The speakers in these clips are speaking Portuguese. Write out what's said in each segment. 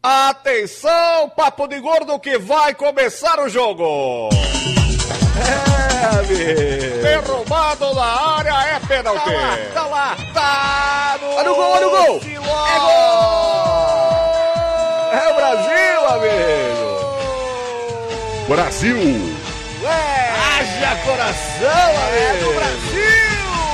Atenção, papo de gordo, que vai começar o jogo. Amigo. Derrubado na área, é pênalti. Tá lá. Olha o gol, olha o gol. É gol. É o Brasil, amigo. Brasil. Haja coração, amigo. É do Brasil.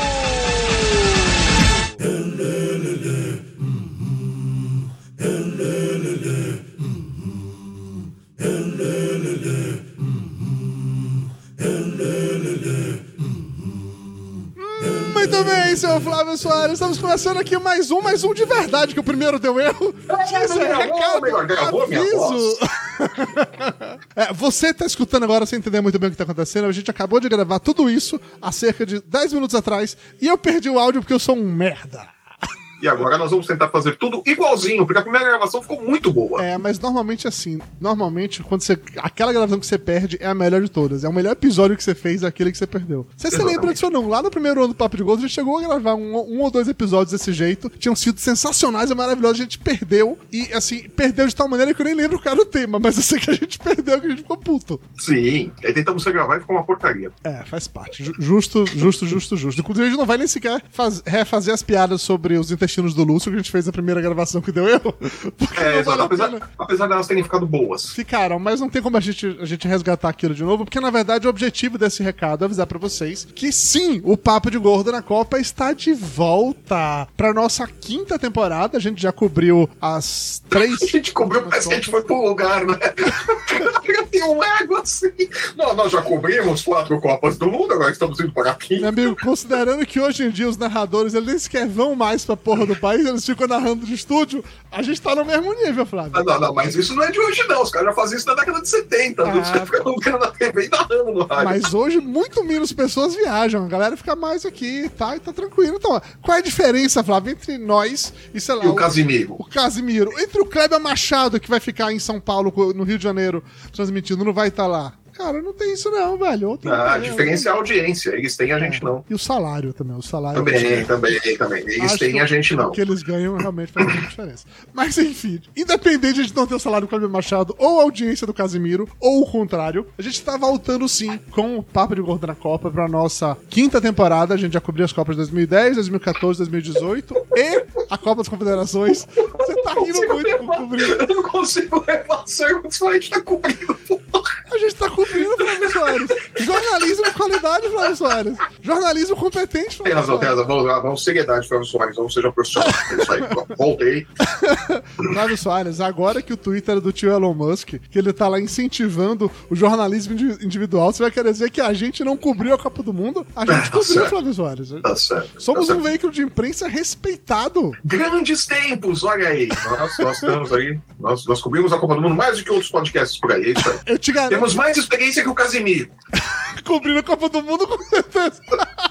Muito bem, seu Flávio Soares. Estamos começando aqui mais um de verdade, que o primeiro deu erro. Aviso. Você tá escutando agora sem entender muito bem o que tá acontecendo. A gente acabou de gravar tudo isso há cerca de 10 minutos atrás e eu perdi o áudio porque eu sou um merda. E agora nós vamos tentar fazer tudo igualzinho, porque a primeira gravação ficou muito boa. Mas normalmente assim, quando aquela gravação que você perde é a melhor de todas. É o melhor episódio que você fez, aquele que você perdeu. Você lembra disso ou não? Lá no primeiro ano do Papo de Gordo, a gente chegou a gravar um ou dois episódios desse jeito. Tinham sido sensacionais e maravilhosos. A gente perdeu. E assim, perdeu de tal maneira que eu nem lembro o cara do tema. Mas eu sei que a gente perdeu, que a gente ficou puto. Sim, aí tentamos gravar e ficou uma porcaria. Faz parte. Justo. Inclusive, a gente não vai nem sequer refazer as piadas sobre os intestinos do Lúcio, que a gente fez a primeira gravação que deu erro. Exato. Apesar delas terem ficado boas. Ficaram, mas não tem como a gente resgatar aquilo de novo, porque na verdade o objetivo desse recado é avisar pra vocês que sim, o Papo de Gordo na Copa está de volta pra nossa 5ª temporada. A gente já cobriu as 3. A gente cobriu, mas a gente foi pro lugar, né? Tem um ego assim. Nós já cobrimos 4 Copas do Mundo, agora estamos indo para aqui. Meu amigo, considerando que hoje em dia os narradores eles nem sequer vão mais pra porra do país, eles ficam narrando de estúdio, a gente tá no mesmo nível, Flávio. Não, mas isso não é de hoje não, os caras já faziam isso na década de 70, os caras ficam na TV e narrando no rádio. Mas hoje muito menos pessoas viajam, a galera fica mais aqui, tá? E tá tranquilo. Então, qual é a diferença, Flávio, entre nós e, sei lá... E o Casimiro. O Casimiro. Entre o Kleber Machado, que vai ficar em São Paulo, no Rio de Janeiro, transmitindo, não vai estar lá. Cara, não tem isso não, velho. A diferença é a audiência. Eles têm, a gente não. E o salário também. O salário também. Eles têm, a gente não. O que eles ganham realmente faz muita diferença. Mas enfim, independente de não ter o salário do Kleber Machado, ou a audiência do Casimiro, ou o contrário, a gente tá voltando sim com o Papo de Gordo na Copa pra nossa 5ª temporada. A gente já cobriu as Copas de 2010, 2014, 2018 e a Copa das Confederações. Você tá rindo muito com cobrir. Eu não consigo repassar o que a gente tá cobrindo, A gente tá cobrindo, Flávio Soares. Jornalismo de qualidade, Flávio Soares. Jornalismo competente, Flávio Soares. Tem razão. Vamos seriedade, Flávio Soares. Vamos seja profissional. Isso aí, voltei. Flávio Soares, agora que o Twitter é do tio Elon Musk, que ele tá lá incentivando o jornalismo individual, você vai querer dizer que a gente não cobriu a Copa do Mundo? A gente cobriu, certo. Flávio Soares. Tá certo. Somos um veículo de imprensa respeitado. Grandes tempos, olha aí. Nós estamos aí. Nós cobrimos a Copa do Mundo mais do que outros podcasts por aí. Isso aí. Eu te garanto. Temos mais experiência que o Casimiro. Cobrindo a Copa do Mundo, com certeza.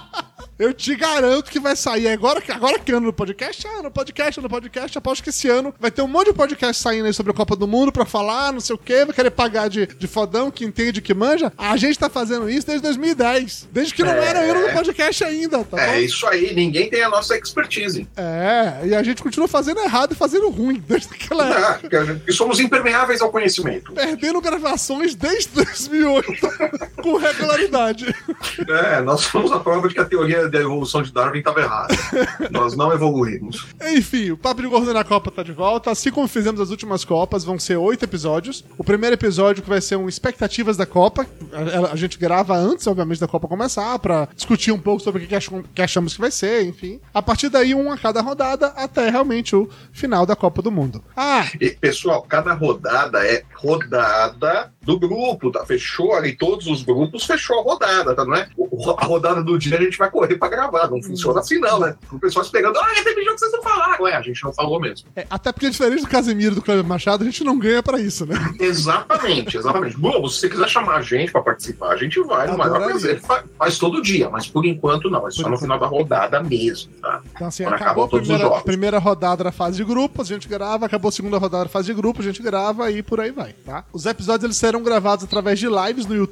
Eu te garanto que vai sair agora que ano no podcast? No podcast. Aposto que esse ano vai ter um monte de podcast saindo aí sobre a Copa do Mundo pra falar, não sei o quê, vai querer pagar de fodão, que entende, que manja. A gente tá fazendo isso desde 2010. Desde que não era ano do podcast ainda, tá bom? Isso aí, ninguém tem a nossa expertise. E a gente continua fazendo errado e fazendo ruim desde aquela época. E somos impermeáveis ao conhecimento. Perdendo gravações desde 2008 com regularidade. Nós somos a prova de que a teoria da evolução de Darwin estava errada. Nós não evoluímos. Enfim, o Papo de Gordo na Copa tá de volta. Assim como fizemos as últimas Copas, vão ser 8 episódios. O primeiro episódio que vai ser um expectativas da Copa. A gente grava antes, obviamente, da Copa começar, pra discutir um pouco sobre o que achamos que vai ser, enfim. A partir daí, um a cada rodada, até realmente o final da Copa do Mundo. E, pessoal, cada rodada é rodada do grupo, tá? Fechou ali todos os grupos, fechou a rodada, tá? Não é? A rodada do dia a gente vai correr pra gravar, não funciona assim não, né? O pessoal esperando, teve jogo que vocês não falaram. A gente não falou mesmo. Até porque, diferente do Casemiro e do Kleber Machado, a gente não ganha pra isso, né? Exatamente. Bom, se você quiser chamar a gente pra participar, a gente vai, no maior prazer. Faz todo dia, mas por enquanto não, é só no final da rodada mesmo, tá? Então assim, acabou a primeira rodada da fase de grupos, a gente grava, acabou a segunda rodada da fase de grupo, a gente grava e por aí vai, tá? Os episódios, eles serão gravados através de lives no YouTube,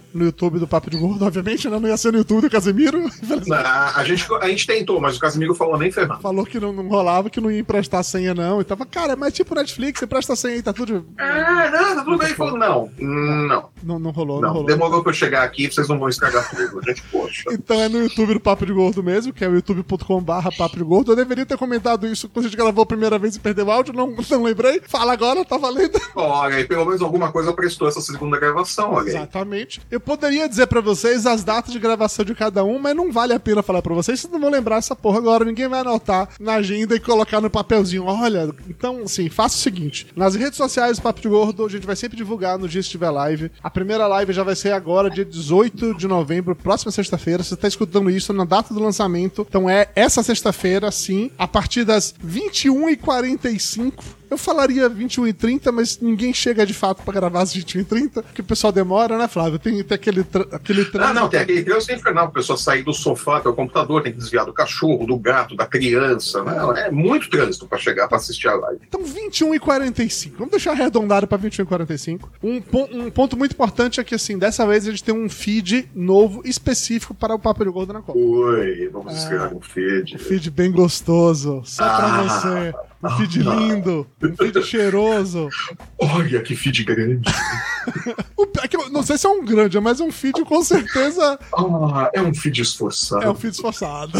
no YouTube do Papo de Gordo, obviamente, né? Não ia ser no YouTube do Casemiro. A gente tentou, mas o Casemiro falou nem ferrando. Falou que não rolava, que não ia emprestar senha, não. E tava, cara, mas tipo Netflix, você presta senha aí, tá tudo... Não, tá tudo bem. Ele falou, não rolou. Demorou pra eu chegar aqui, vocês não vão estragar tudo. Gente, poxa. Então é no YouTube do Papo de Gordo mesmo, que é o youtube.com/Papo de Gordo. Eu deveria ter comentado isso quando a gente gravou a primeira vez e perdeu o áudio, não lembrei. Fala agora, tá valendo. Olha, e pelo menos alguma coisa prestou essa segunda gravação, olha aí. Exatamente. Eu poderia dizer pra vocês as datas de gravação de cada um, mas não vale a pena falar pra vocês, vocês não vão lembrar essa porra agora, ninguém vai anotar na agenda e colocar no papelzinho. Olha, então, assim, faça o seguinte, nas redes sociais do Papo de Gordo, a gente vai sempre divulgar no dia que estiver live. A primeira live já vai ser agora, dia 18 de novembro, próxima sexta-feira. Você tá escutando isso na data do lançamento, então é essa sexta-feira, sim, a partir das 21h45. Eu falaria 21h30, mas ninguém chega de fato pra gravar às 21h30, porque o pessoal demora, né, Flávio? Tem aquele trânsito. Tem aquele trânsito infernal, o pessoal sair do sofá até o computador, tem que desviar do cachorro, do gato, da criança, né? É muito trânsito pra chegar pra assistir a live. Então, 21h45. Vamos deixar arredondado pra 21h45. Um ponto muito importante é que, assim, dessa vez a gente tem um feed novo, específico para o Papo de Gordo na Copa. Vamos escrever um feed. Um feed bem gostoso, só pra você. Um feed lindo, um feed cheiroso. Olha que feed grande. Não sei se é um grande, mas é um feed com certeza... É um feed esforçado. É um feed esforçado.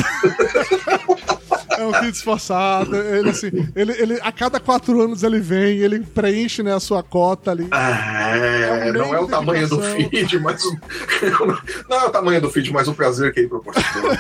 É um feed esforçado. Ele, assim, ele, a cada 4 anos ele vem, ele preenche, né, a sua cota ali. Não é o tamanho do feed, mas... Não é o tamanho do feed, mas o prazer que ele proporciona.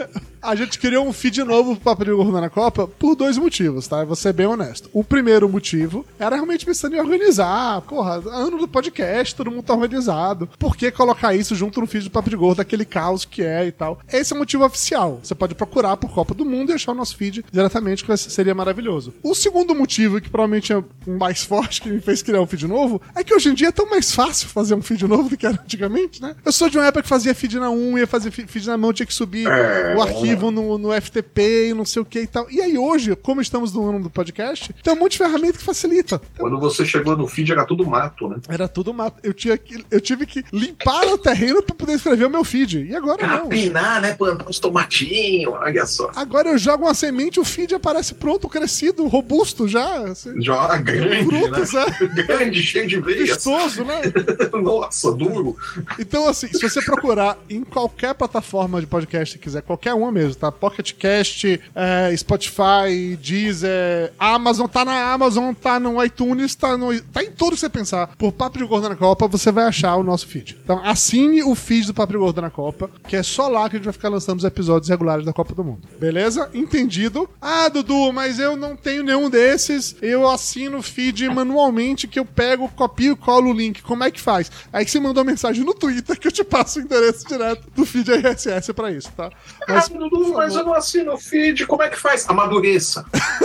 A gente criou um feed novo pro Papo de Gordo na Copa por 2 motivos, tá? Vou ser bem honesto. O primeiro motivo era realmente pensando em organizar. Porra, ano do podcast, todo mundo tá organizado. Por que colocar isso junto no feed do Papo de Gordo, aquele caos que é e tal? Esse é o motivo oficial. Você pode procurar por Copa do Mundo e achar o nosso feed diretamente, que seria maravilhoso. O segundo motivo, que provavelmente é o mais forte que me fez criar um feed novo, é que hoje em dia é tão mais fácil fazer um feed novo do que era antigamente, né? Eu sou de uma época que fazia feed na 1, ia fazer feed na mão, tinha que subir o arquivo no FTP e não sei o que e tal. E aí hoje, como estamos no ano do podcast, tem um monte de ferramenta que facilita. Quando você chegou no feed era tudo mato, né? Era tudo mato. Eu tive que limpar o terreno pra poder escrever o meu feed. E agora não. Capinar, né? Plantar uns tomatinhos, olha só. Agora eu jogo uma semente, o feed aparece pronto, crescido, robusto já. Assim, já grande, frutos, né? Grande, cheio de veias. Vistoso, né? Nossa, duro. Então, assim, se você procurar em qualquer plataforma de podcast que quiser, qualquer uma mesmo, tá? Pocket Cast, Spotify, Deezer, Amazon, tá na Amazon, tá no iTunes, tá em tudo que você pensar. Por Papo de Gordo na Copa, você vai achar o nosso feed. Então, assine o feed do Papo de Gordo na Copa, que é só lá que a gente vai ficar lançando os episódios regulares da Copa do Mundo. Beleza? Entendido? Ah, Dudu, mas eu não tenho nenhum desses. Eu assino o feed manualmente, que eu pego, copio e colo o link. Como é que faz? Aí que você mandou mensagem no Twitter que eu te passo o endereço direto do feed RSS pra isso, tá? Dudu, mas eu não assino o feed. Como é que faz? Amadureça.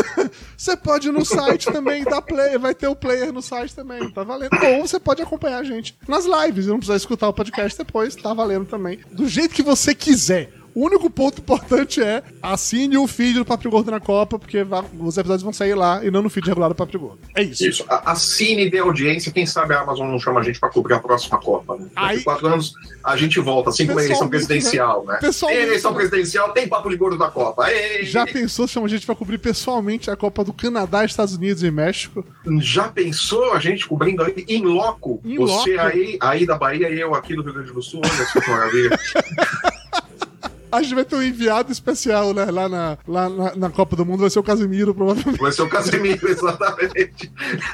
Você pode ir no site também, dar play. Vai ter o player no site também, tá valendo. Ou você pode acompanhar a gente nas lives. Não precisa escutar o podcast depois, tá valendo também. Do jeito que você quiser. O único ponto importante é assine o feed do Papo de Gordo na Copa, porque os episódios vão sair lá e não no feed regular do Papo de Gordo. É isso. Isso. Assine e dê audiência. Quem sabe a Amazon não chama a gente pra cobrir a próxima Copa, né? Daqui 4 anos a gente volta, assim como a eleição presidencial, né? Tem eleição presidencial, tem Papo de Gordo da Copa. Ei! Já pensou se chama a gente pra cobrir pessoalmente a Copa do Canadá, Estados Unidos e México? Já pensou a gente cobrindo aí em loco? Você aí da Bahia e eu aqui do Rio Grande do Sul? Olha só que maravilha. A gente vai ter um enviado especial, né? Lá na Copa do Mundo vai ser o Casemiro, provavelmente. Vai ser o Casemiro, exatamente.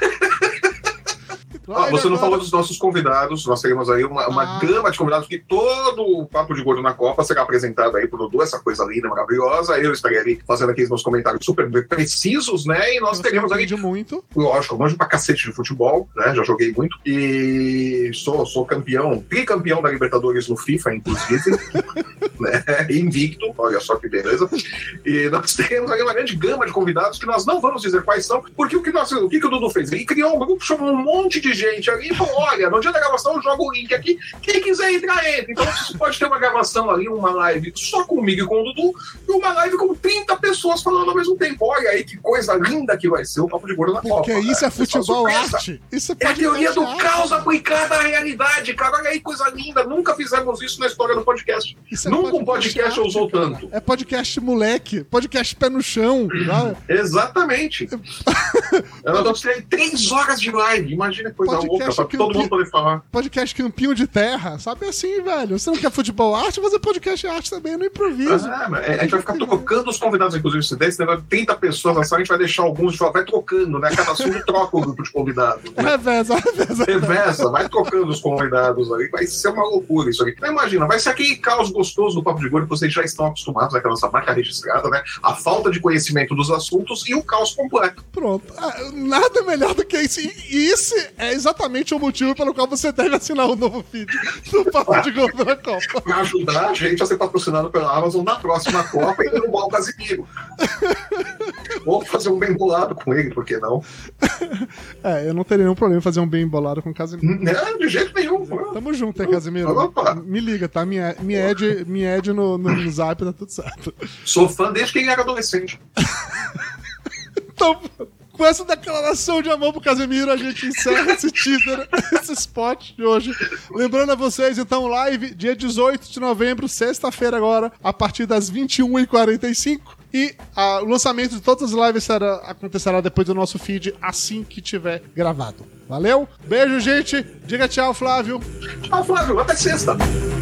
Você não falou dos nossos convidados. Nós teremos aí uma gama de convidados, que todo o Papo de Gordo na Copa será apresentado aí por Dudu, essa coisa linda, maravilhosa. Eu estarei ali fazendo aqui os meus comentários super precisos, né? E nós teremos ali... muito. Lógico, eu manjo pra cacete de futebol, né? Já joguei muito. E sou campeão, tricampeão da Libertadores no FIFA, inclusive. Né? Invicto, olha só que beleza. E nós teremos aí uma grande gama de convidados que nós não vamos dizer quais são, porque o que o Dudu fez? Ele criou um grupo, chamou um monte de gente gente ali e falou, olha, no dia da gravação eu jogo o link aqui, quem quiser entrar, entra. Então você pode ter uma gravação ali, uma live só comigo e com o Dudu, e uma live com 30 pessoas falando ao mesmo tempo. Olha aí que coisa linda que vai ser o Papo de Gordo na Copa. Porque isso é futebol arte. Isso é a teoria do arte. caos aplicada à realidade, cara. Olha aí, coisa linda. Nunca fizemos isso na história do podcast. Nunca um podcast ousou tanto. É podcast moleque, podcast pé no chão. Exatamente. Eu não sei, 3 horas de live. Imagina que coisa louca, pra todo mundo poder falar. Podcast campinho de terra, sabe assim, velho? Você não quer futebol arte, fazer podcast arte também, no improviso. A gente vai ficar trocando os convidados, inclusive, se der, 30 pessoas na sala, a gente vai deixar alguns, vai trocando, né? Cada assunto troca o grupo de convidados. Né? Reveza, vai trocando os convidados aí, vai ser uma loucura isso aqui. Então, imagina, vai ser aquele caos gostoso do Papo de Gordo que vocês já estão acostumados, né? Com a nossa marca registrada, né? A falta de conhecimento dos assuntos e o caos completo. Pronto. Nada melhor do que isso. E esse é exatamente o motivo pelo qual você deve assinar o novo feed do Papo de Gordo na Copa. Pra ajudar a gente a ser patrocinado pela Amazon na próxima Copa e derrubar o Casimiro. Ou fazer um bem bolado com ele, por que não? Eu não teria nenhum problema em fazer um bem bolado com o Casimiro. Não, de jeito nenhum. Tamo junto, hein, Casimiro? Opa. Me liga, tá? Me add no Zap, tá tudo certo. Sou fã desde que ele era adolescente. Então, com essa declaração de amor pro Casemiro, a gente encerra esse teaser, esse spot de hoje. Lembrando a vocês, então, live dia 18 de novembro, sexta-feira agora, a partir das 21h45. E o lançamento de todas as lives acontecerá depois do nosso feed, assim que tiver gravado. Valeu? Beijo, gente. Diga tchau, Flávio. Tchau, Flávio. Até sexta.